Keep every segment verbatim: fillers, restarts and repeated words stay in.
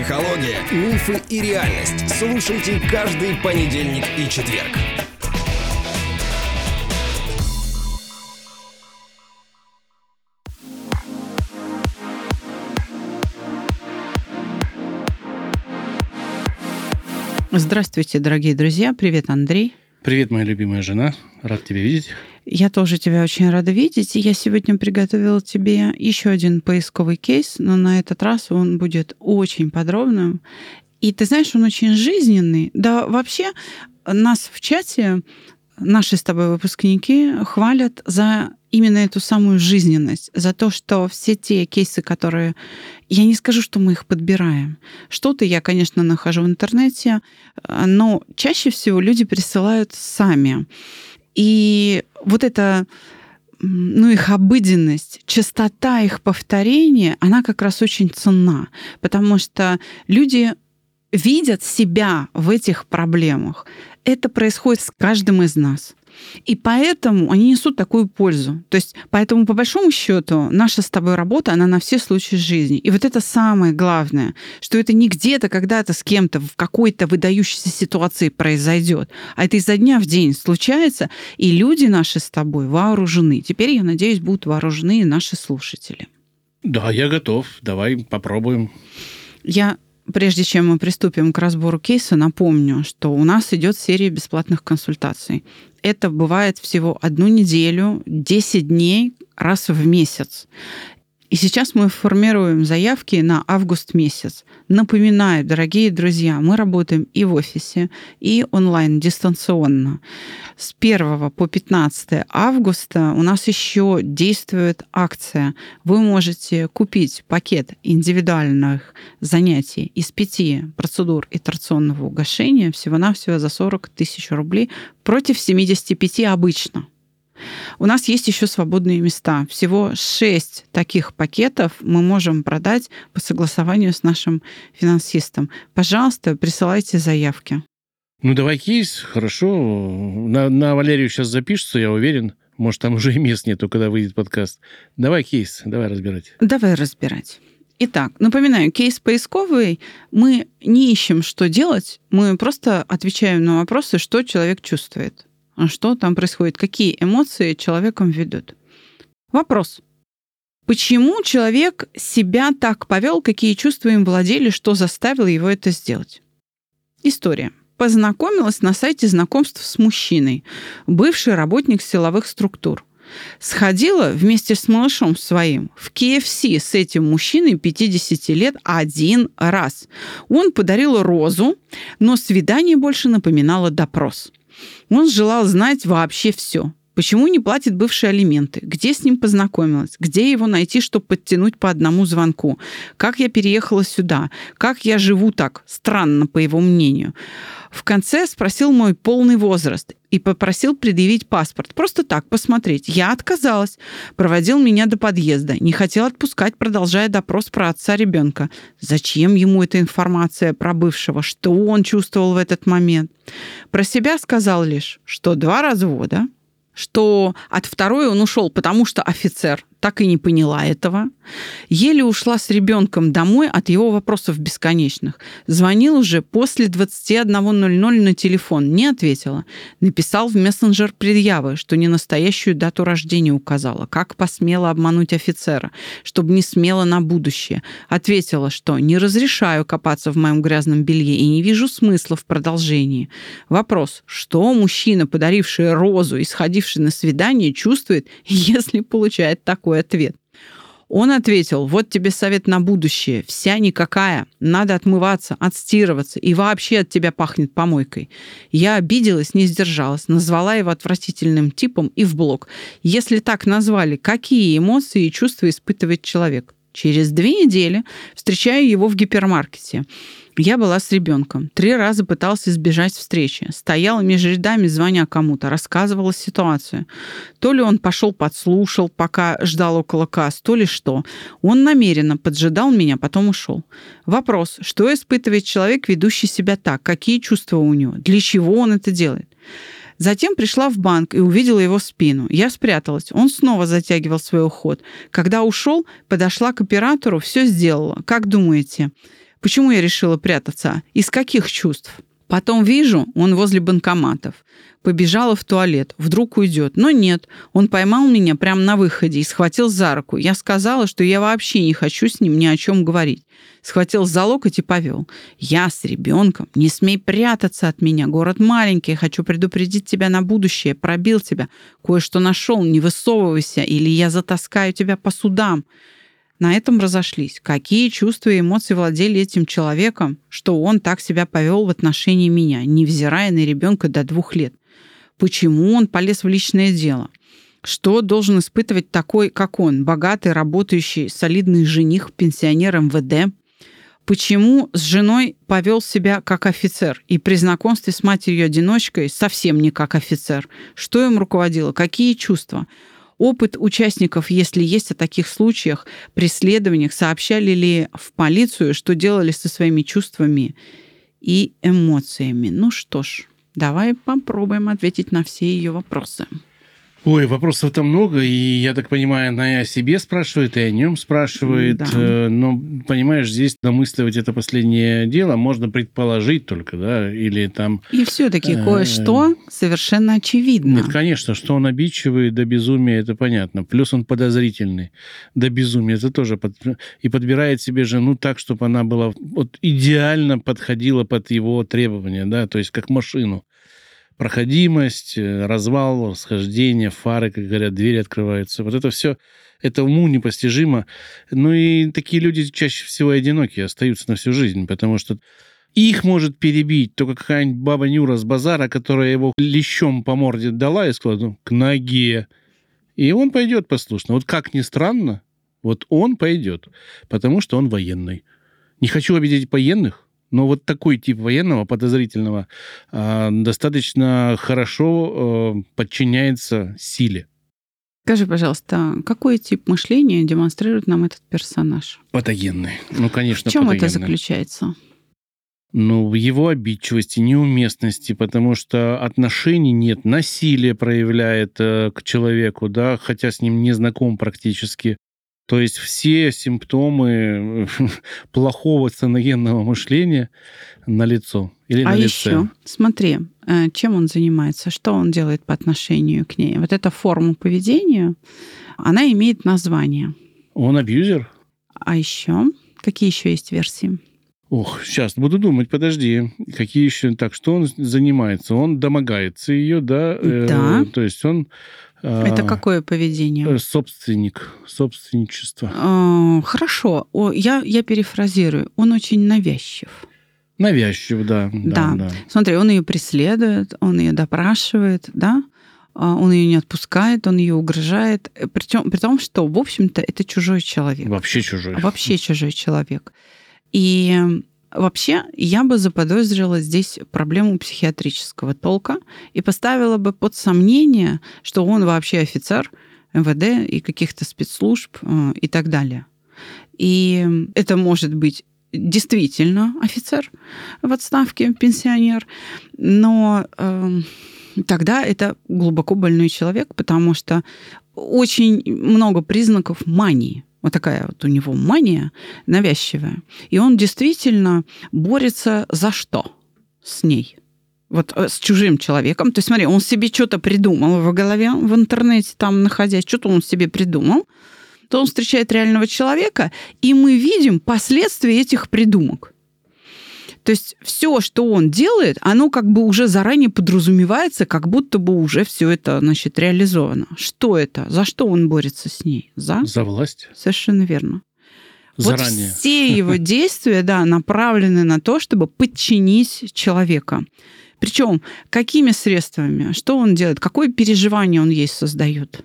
Психология, мифы и реальность. Слушайте каждый понедельник и четверг. Здравствуйте, дорогие друзья. Привет, Андрей. Привет, моя любимая жена. Рад тебя видеть. Я тоже тебя очень рада видеть. И я сегодня приготовила тебе еще один поисковый кейс, но на этот раз он будет очень подробным. И ты знаешь, он очень жизненный. Да, вообще нас в чате, наши с тобой выпускники, хвалят за именно эту самую жизненность, за то, что все те кейсы, которые... Я не скажу, что мы их подбираем. Что-то я, конечно, нахожу в интернете, но чаще всего люди присылают сами. И вот эта, ну, их обыденность, частота их повторения, она как раз очень ценна, потому что люди видят себя в этих проблемах. Это происходит с каждым из нас. И поэтому они несут такую пользу. То есть, поэтому, по большому счету, наша с тобой работа, она на все случаи жизни. И вот это самое главное, что это не где-то, когда-то с кем-то в какой-то выдающейся ситуации произойдет, а это изо дня в день случается, и люди наши с тобой вооружены. Теперь, я надеюсь, будут вооружены и наши слушатели. Да, я готов. Давай попробуем. Я... Прежде чем мы приступим к разбору кейса, напомню, что у нас идет серия бесплатных консультаций. Это бывает всего одну неделю, десять дней, раз в месяц. И сейчас мы формируем заявки на август месяц. Напоминаю, дорогие друзья, мы работаем и в офисе, и онлайн, дистанционно. С первого по пятнадцатое августа у нас еще действует акция. Вы можете купить пакет индивидуальных занятий из пяти процедур итерационного угошения всего-навсего за сорок тысяч рублей против семьдесят пять обычно. У нас есть еще свободные места. Всего шесть таких пакетов мы можем продать по согласованию с нашим финансистом. Пожалуйста, присылайте заявки. Ну, давай кейс, хорошо. На, на Валерию сейчас запишется, я уверен. Может, там уже и мест нету, когда выйдет подкаст. Давай кейс, давай разбирать. Давай разбирать. Итак, напоминаю, кейс поисковый. Мы не ищем, что делать. Мы просто отвечаем на вопросы, что человек чувствует. Что там происходит, какие эмоции человеком ведут. Вопрос. Почему человек себя так повел, какие чувства им владели, что заставило его это сделать? История. Познакомилась на сайте знакомств с мужчиной, бывший работник силовых структур. Сходила вместе с малышом своим в кей эф си с этим мужчиной пятидесяти лет один раз. Он подарил розу, но свидание больше напоминало допрос. Он желал знать вообще все. Почему не платит бывшие алименты? Где с ним познакомилась? Где его найти, чтобы подтянуть по одному звонку? Как я переехала сюда? Как я живу так странно, по его мнению? В конце спросил мой полный возраст и попросил предъявить паспорт. Просто так, посмотреть. Я отказалась. Проводил меня до подъезда. Не хотел отпускать, продолжая допрос про отца ребенка. Зачем ему эта информация про бывшего? Что он чувствовал в этот момент? Про себя сказал лишь, что два развода, что от второй он ушел, потому что офицер. Так и не поняла этого. Еле ушла с ребенком домой от его вопросов бесконечных. Звонил уже после двадцати одного ноль ноль на телефон. Не ответила. Написал в мессенджер предъявы, что не настоящую дату рождения указала. Как посмела обмануть офицера, чтобы не смела на будущее. Ответила, что не разрешаю копаться в моем грязном белье и не вижу смысла в продолжении. Вопрос. Что мужчина, подаривший розу и сходивший на свидание, чувствует, если получает такой ответ? Он ответил: вот тебе совет на будущее. Вся никакая. Надо отмываться, отстирываться. И вообще от тебя пахнет помойкой. Я обиделась, не сдержалась. Назвала его отвратительным типом и в блог. Если так назвали, какие эмоции и чувства испытывает человек? Через две недели встречаю его в гипермаркете. Я была с ребенком. Три раза пыталась избежать встречи. Стояла между рядами, звоня кому-то, рассказывала ситуацию. То ли он пошел подслушал, пока ждал около касс, то ли что. Он намеренно поджидал меня, потом ушел. Вопрос: что испытывает человек, ведущий себя так? Какие чувства у него? Для чего он это делает? Затем пришла в банк и увидела его спину. Я спряталась. Он снова затягивал свой уход. Когда ушел, подошла к оператору, все сделала. Как думаете, Почему я решила прятаться? Из каких чувств? Потом вижу, он возле банкоматов. Побежала в туалет. Вдруг уйдет. Но нет. Он поймал меня прямо на выходе и схватил за руку. Я сказала, что я вообще не хочу с ним ни о чем говорить. Схватил за локоть и повел. Я с ребенком. Не смей прятаться от меня. Город маленький. Хочу предупредить тебя на будущее. Пробил тебя. Кое-что нашел. Не высовывайся, или я затаскаю тебя по судам. На этом разошлись. Какие чувства и эмоции владели этим человеком, что он так себя повел в отношении меня, невзирая на ребенка до двух лет? Почему он полез в личное дело? Что должен испытывать такой, как он, богатый, работающий, солидный жених, пенсионер эм вэ дэ? Почему с женой повел себя как офицер и при знакомстве с матерью-одиночкой совсем не как офицер? Что им руководило? Какие чувства? Опыт участников, если есть о таких случаях, преследованиях, сообщали ли в полицию, что делали со своими чувствами и эмоциями? Ну что ж, давай попробуем ответить на все ее вопросы. Ой, вопросов-то много, и, я так понимаю, она и о себе спрашивает, и о нем спрашивает. Да. Но, понимаешь, здесь домысливать это последнее дело можно предположить только, да, или там... И все-таки кое-что совершенно очевидно. Нет, конечно, что он обидчивый до безумия, это понятно. Плюс он подозрительный до безумия, это тоже... Под... И подбирает себе жену так, чтобы она была... Вот идеально подходила под его требования, да, то есть как машину. Проходимость, развал, схождение, фары, как говорят, двери открываются. Вот это все, это уму непостижимо. Ну и такие люди чаще всего одинокие, остаются на всю жизнь, потому что их может перебить только какая-нибудь баба Нюра с базара, которая его лещом по морде дала и сказала, ну, к ноге. И он пойдет послушно. Вот как ни странно, вот он пойдет, потому что он военный. Не хочу обидеть военных, но вот такой тип военного, подозрительного, достаточно хорошо подчиняется силе. Скажи, пожалуйста, какой тип мышления демонстрирует нам этот персонаж? Патогенный. Ну, конечно, в чем патогенный. это заключается? Ну, в его обидчивости, неуместности, потому что отношений нет, насилие проявляет к человеку, да, хотя с ним не знаком практически. То есть все симптомы плохого саногенного мышления налицо или а на лице. еще, смотри, чем он занимается, что он делает по отношению к ней. Вот эта форма поведения, она имеет название. Он абьюзер. А еще? Какие еще есть версии? Ох, сейчас буду думать, подожди. Какие еще? Так, что он занимается? Он домогается ее, да? Да. Э, то есть он... Это какое поведение? Собственник, собственничество. Хорошо, я, я перефразирую. Он очень навязчив. Навязчив, да, да, да. да. Смотри, он ее преследует, он ее допрашивает, да? Он ее не отпускает, он ее угрожает. Причем, при том, что, в общем-то, это чужой человек. Вообще чужой. Вообще чужой человек. И... Вообще, я бы заподозрила здесь проблему психиатрического толка и поставила бы под сомнение, что он вообще офицер эм вэ дэ и каких-то спецслужб и так далее. И это может быть действительно офицер в отставке, пенсионер, но э, тогда это глубоко больной человек, потому что очень много признаков мании. Вот такая вот у него мания навязчивая. И он действительно борется за что с ней? Вот с чужим человеком. То есть, смотри, он себе что-то придумал в голове, в интернете там находясь, что-то он себе придумал. То он встречает реального человека, и мы видим последствия этих придумок. То есть все, что он делает, оно как бы уже заранее подразумевается, как будто бы уже все это, значит, реализовано. Что это? За что он борется с ней? За? За власть. Совершенно верно. Заранее. Вот все его действия, да, направлены на то, чтобы подчинить человека. Причем какими средствами? Что он делает? Какое переживание он ей создает?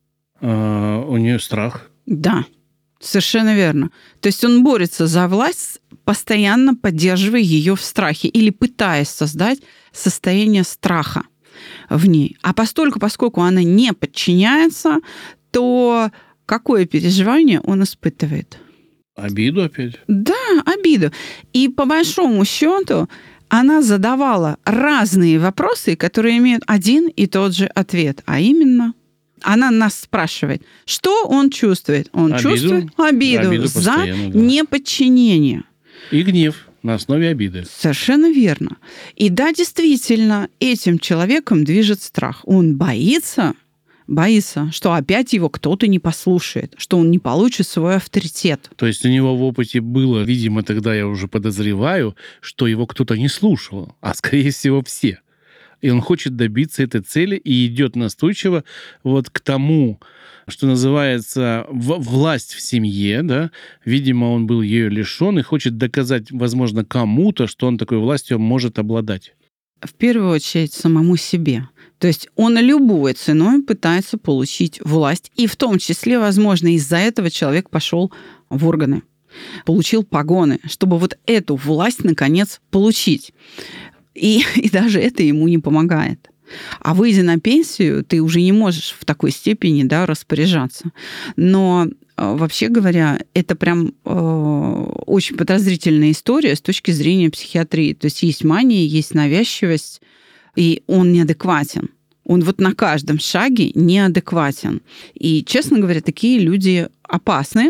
А, у нее страх. Да. Совершенно верно. То есть он борется за власть, постоянно поддерживая ее в страхе или пытаясь создать состояние страха в ней. А постольку, поскольку она не подчиняется, то какое переживание он испытывает? Обиду опять? Да, обиду. И по большому счету она задавала разные вопросы, которые имеют один и тот же ответ, а именно... Она нас спрашивает, что он чувствует? Он обиду? чувствует обиду, обиду за да. неподчинение. И гнев на основе обиды. Совершенно верно. И да, действительно, этим человеком движет страх. Он боится, боится, что опять его кто-то не послушает, что он не получит свой авторитет. То есть у него в опыте было, видимо, тогда я уже подозреваю, что его кто-то не слушал, а скорее всего все. И он хочет добиться этой цели и идет настойчиво вот к тому, что называется власть в семье, да, видимо, он был ее лишен и хочет доказать, возможно, кому-то, что он такой властью может обладать. В первую очередь самому себе. То есть он любой ценой пытается получить власть, и в том числе, возможно, из-за этого человек пошел в органы, получил погоны, чтобы вот эту власть, наконец, получить. И, и даже это ему не помогает. А выйдя на пенсию, ты уже не можешь в такой степени, да, распоряжаться. Но вообще говоря, это прям э, очень подозрительная история с точки зрения психиатрии. То есть есть мания, есть навязчивость, и он неадекватен. Он вот на каждом шаге неадекватен. И, честно говоря, такие люди опасны.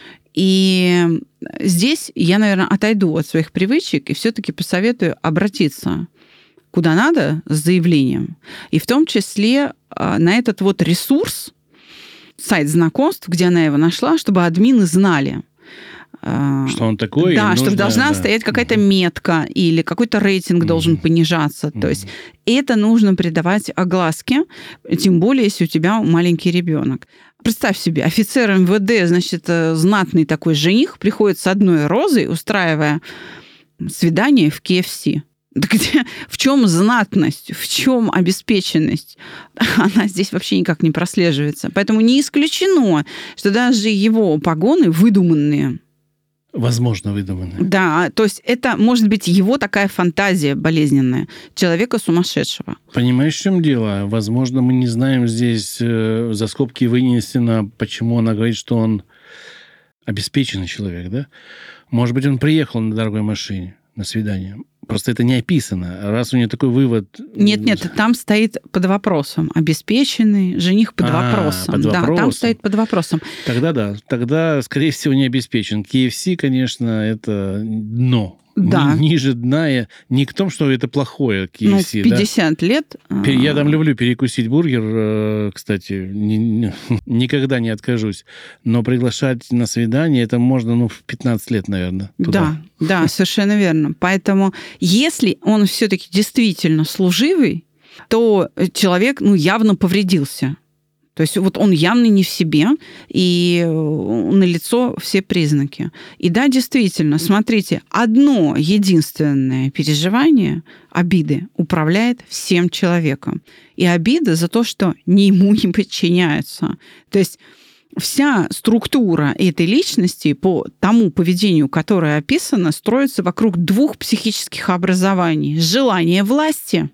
И здесь я, наверное, отойду от своих привычек и все-таки посоветую обратиться куда надо с заявлением. И в том числе на этот вот ресурс, сайт знакомств, где она его нашла, чтобы админы знали. Что он такой? Да, чтобы нужно, должна да. стоять какая-то метка или какой-то рейтинг mm-hmm. должен понижаться. Mm-hmm. То есть это нужно придавать огласке, тем более, если у тебя маленький ребенок. Представь себе, офицер эм вэ дэ, значит, знатный такой жених, приходит с одной розой, устраивая свидание в ке эф си. Где, в чем знатность, в чем обеспеченность? Она здесь вообще никак не прослеживается. Поэтому не исключено, что даже его погоны выдуманные. Возможно, выдуманные. Да, то есть это может быть его такая фантазия болезненная, человека сумасшедшего. Понимаешь, в чем дело? Возможно, мы не знаем здесь, э, за скобки вынесено, почему она говорит, что он обеспеченный человек, да? Может быть, он приехал на дорогой машине на свидание. Просто это не описано. Раз у нее такой вывод... Нет, нет, там стоит под вопросом. Обеспеченный, жених под а, вопросом. Под да, вопросом. там стоит под вопросом. Тогда да. Тогда, скорее всего, не обеспечен. ке эф си, конечно, это дно. Да. Ни, ниже дна. Я... Не к тому, что это плохое ке эф си. Ну, в пятьдесят да? лет... Я там люблю перекусить бургер, кстати, ни, ни, никогда не откажусь. Но приглашать на свидание, это можно, ну, в пятнадцать лет, наверное. Туда. Да, да, совершенно верно. Поэтому, если он все-таки действительно служивый, то человек, ну, явно повредился. То есть вот он явно не в себе, и налицо все признаки. И да, действительно, смотрите, одно единственное переживание обиды управляет всем человеком. И обида за то, что ни ему не подчиняются. То есть вся структура этой личности по тому поведению, которое описано, строится вокруг двух психических образований. Желание власти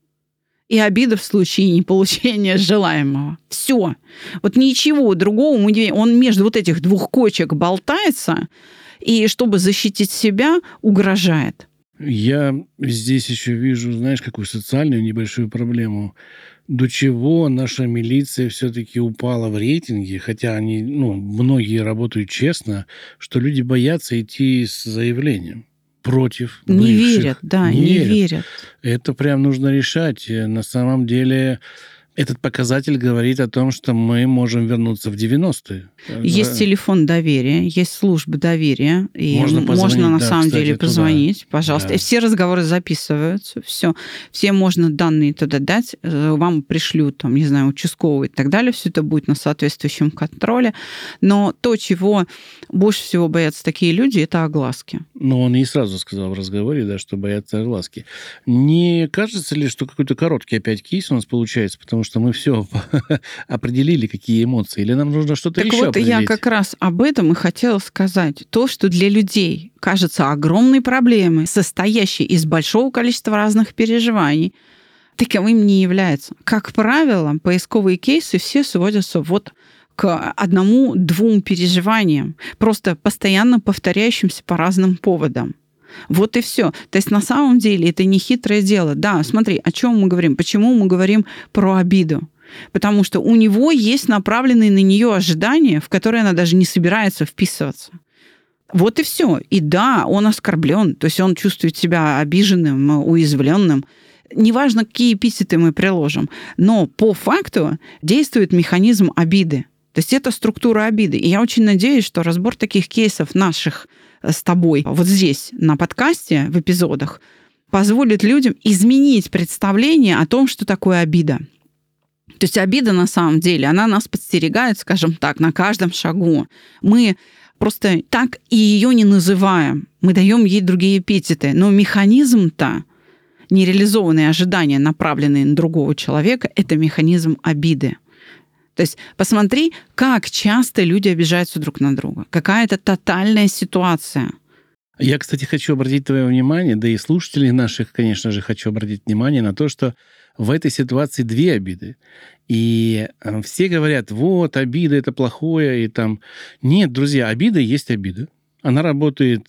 и обида в случае неполучения желаемого. Все. Вот ничего другого. Он между вот этих двух кочек болтается, и чтобы защитить себя, угрожает. Я здесь еще вижу, знаешь, какую социальную небольшую проблему. До чего наша милиция все-таки упала в рейтинге, хотя они, ну, многие работают честно, что люди боятся идти с заявлением против не бывших. верят, да, не, не верят. верят. Это прям нужно решать. На самом деле этот показатель говорит о том, что мы можем вернуться в девяностые. Есть телефон доверия, есть служба доверия, и можно, можно на да, самом кстати, деле позвонить, туда. Пожалуйста. Да. И все разговоры записываются, все. Все можно данные туда дать, вам пришлют, там, не знаю, участковый и так далее, все это будет на соответствующем контроле. Но то, чего больше всего боятся такие люди, это огласки. Ну, он и сразу сказал в разговоре, да, что боятся огласки. Не кажется ли, что какой-то короткий опять кейс у нас получается, потому что мы все определили, какие эмоции, или нам нужно что-то так еще вот, определить? Я как раз об этом и хотела сказать. То, что для людей кажется огромной проблемой, состоящей из большого количества разных переживаний, таковым не является. Как правило, поисковые кейсы все сводятся вот к одному-двум переживаниям, просто постоянно повторяющимся по разным поводам. Вот и все. То есть на самом деле это не хитрое дело. Да, смотри, о чем мы говорим, почему мы говорим про обиду. Потому что у него есть направленные на нее ожидания, в которые она даже не собирается вписываться. Вот и все. И да, он оскорблен, то есть он чувствует себя обиженным, уязвленным. Неважно, какие эпитеты мы приложим, но по факту действует механизм обиды. То есть это структура обиды. И я очень надеюсь, что разбор таких кейсов наших с тобой вот здесь на подкасте, в эпизодах, позволит людям изменить представление о том, что такое обида. То есть обида на самом деле, она нас подстерегает, скажем так, на каждом шагу. Мы просто так и ее не называем. Мы даем ей другие эпитеты. Но механизм-то, нереализованные ожидания, направленные на другого человека, это механизм обиды. То есть посмотри, как часто люди обижаются друг на друга. Какая-то тотальная ситуация. Я, кстати, хочу обратить твое внимание, да и слушателей наших, конечно же, хочу обратить внимание на то, что в этой ситуации две обиды. И все говорят, вот, обида — это плохое, и там... Нет, друзья, обида есть обида. Она работает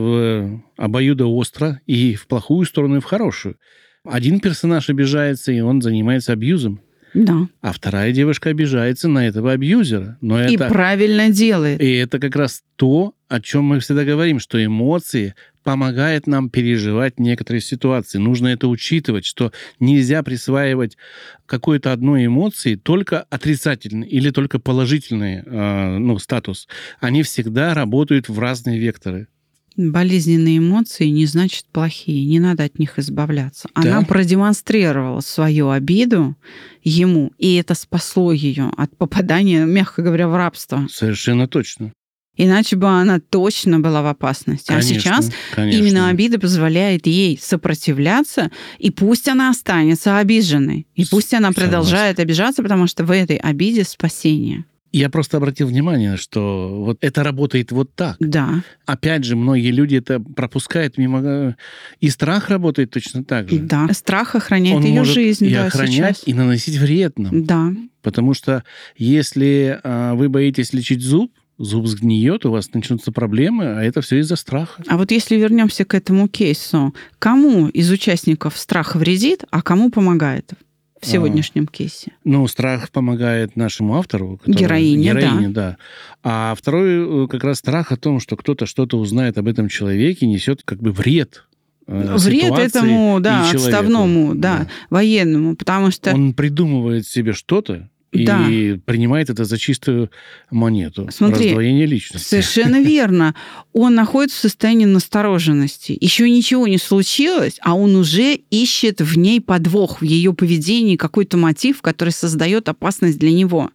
в обоюдоостро и в плохую сторону, и в хорошую. Один персонаж обижается, и он занимается абьюзом. Да. А вторая девушка обижается на этого абьюзера. Но и это... правильно делает. И это как раз то, о чем мы всегда говорим, что эмоции помогают нам переживать некоторые ситуации. Нужно это учитывать, что нельзя присваивать какой-то одной эмоции только отрицательный или только положительный э, ну, статус. Они всегда работают в разные векторы. Болезненные эмоции не значит плохие, не надо от них избавляться. Да. Она продемонстрировала свою обиду ему, и это спасло ее от попадания, мягко говоря, в рабство. Совершенно точно. Иначе бы она точно была в опасности. Конечно, а сейчас конечно. Именно обида позволяет ей сопротивляться, и пусть она останется обиженной, и пусть она Согласен. Продолжает обижаться, потому что в этой обиде спасение. Я просто обратил внимание, что вот это работает вот так. Да. Опять же, многие люди это пропускают мимо... И страх работает точно так же. Да. Страх охраняет Он ее может жизнь. и да, охранять, сейчас. и наносить вред нам. Да. Потому что если а, вы боитесь лечить зуб, зуб сгниет, у вас начнутся проблемы, а это все из-за страха. А вот если вернемся к этому кейсу, кому из участников страх вредит, а кому помогает в сегодняшнем а, кейсе? Ну, страх помогает нашему автору. Который, героине, героине да. да. А второй как раз страх о том, что кто-то что-то узнает об этом человеке, несет как бы вред. Вред этому, да, отставному, да, да, военному, потому что... Он придумывает себе что-то, и да. принимает это за чистую монету. Смотри, раздвоение личности. Совершенно верно. Он находится в состоянии настороженности. Еще ничего не случилось, а он уже ищет в ней подвох, в ее поведении какой-то мотив, который создает опасность для него.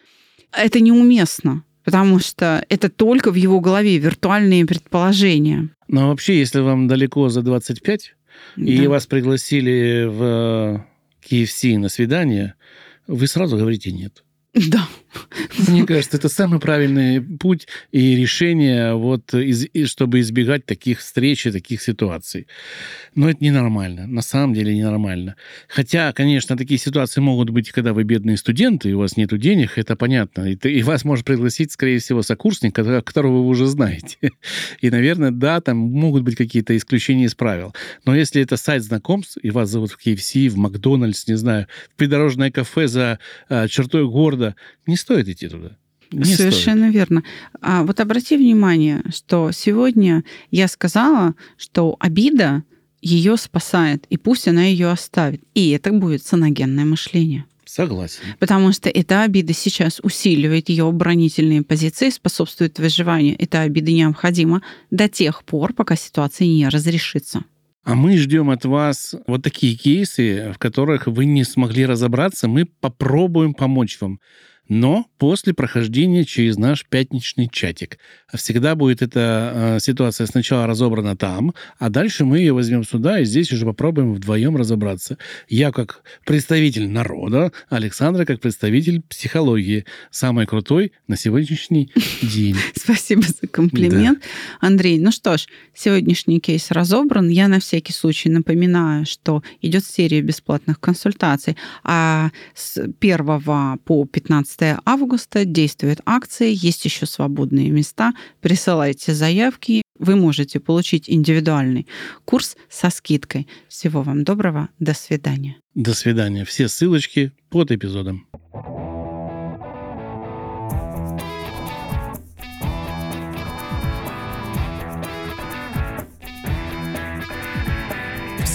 Это неуместно, потому что это только в его голове виртуальные предположения. Но вообще, если вам далеко за двадцать пять, да. и вас пригласили в кей эф си на свидание, вы сразу говорите «нет». Да. Мне кажется, это самый правильный путь и решение, вот, из, чтобы избегать таких встреч и таких ситуаций. Но это ненормально. На самом деле ненормально. Хотя, конечно, такие ситуации могут быть, когда вы бедные студенты, и у вас нет денег, это понятно. И, и вас может пригласить, скорее всего, сокурсник, которого вы уже знаете. И, наверное, да, там могут быть какие-то исключения из правил. Но если это сайт знакомств, и вас зовут в кей эф си, в Макдональдс, не знаю, в придорожное кафе за а, чертой города, не стоит идти туда. Не Совершенно стоит. верно. А вот обрати внимание, что сегодня я сказала, что обида ее спасает, и пусть она ее оставит. И это будет саногенное мышление. Согласен. Потому что эта обида сейчас усиливает ее оборонительные позиции, способствует выживанию. Эта обида необходима до тех пор, пока ситуация не разрешится. А мы ждем от вас вот такие кейсы, в которых вы не смогли разобраться. Мы попробуем помочь вам. Но после прохождения через наш пятничный чатик. Всегда будет эта э, ситуация сначала разобрана там, а дальше мы ее возьмем сюда, и здесь уже попробуем вдвоем разобраться. Я как представитель народа, Александра как представитель психологии. Самый крутой на сегодняшний день. Спасибо за комплимент, да. Андрей. Ну что ж, сегодняшний кейс разобран. Я на всякий случай напоминаю, что идет серия бесплатных консультаций, а с первого по пятнадцатое августа действует акция, есть еще свободные места. Присылайте заявки, вы можете получить индивидуальный курс со скидкой. Всего вам доброго, до свидания. До свидания. Все ссылочки под эпизодом.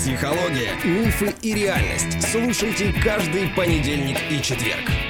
Психология, мифы и реальность. Слушайте каждый понедельник и четверг.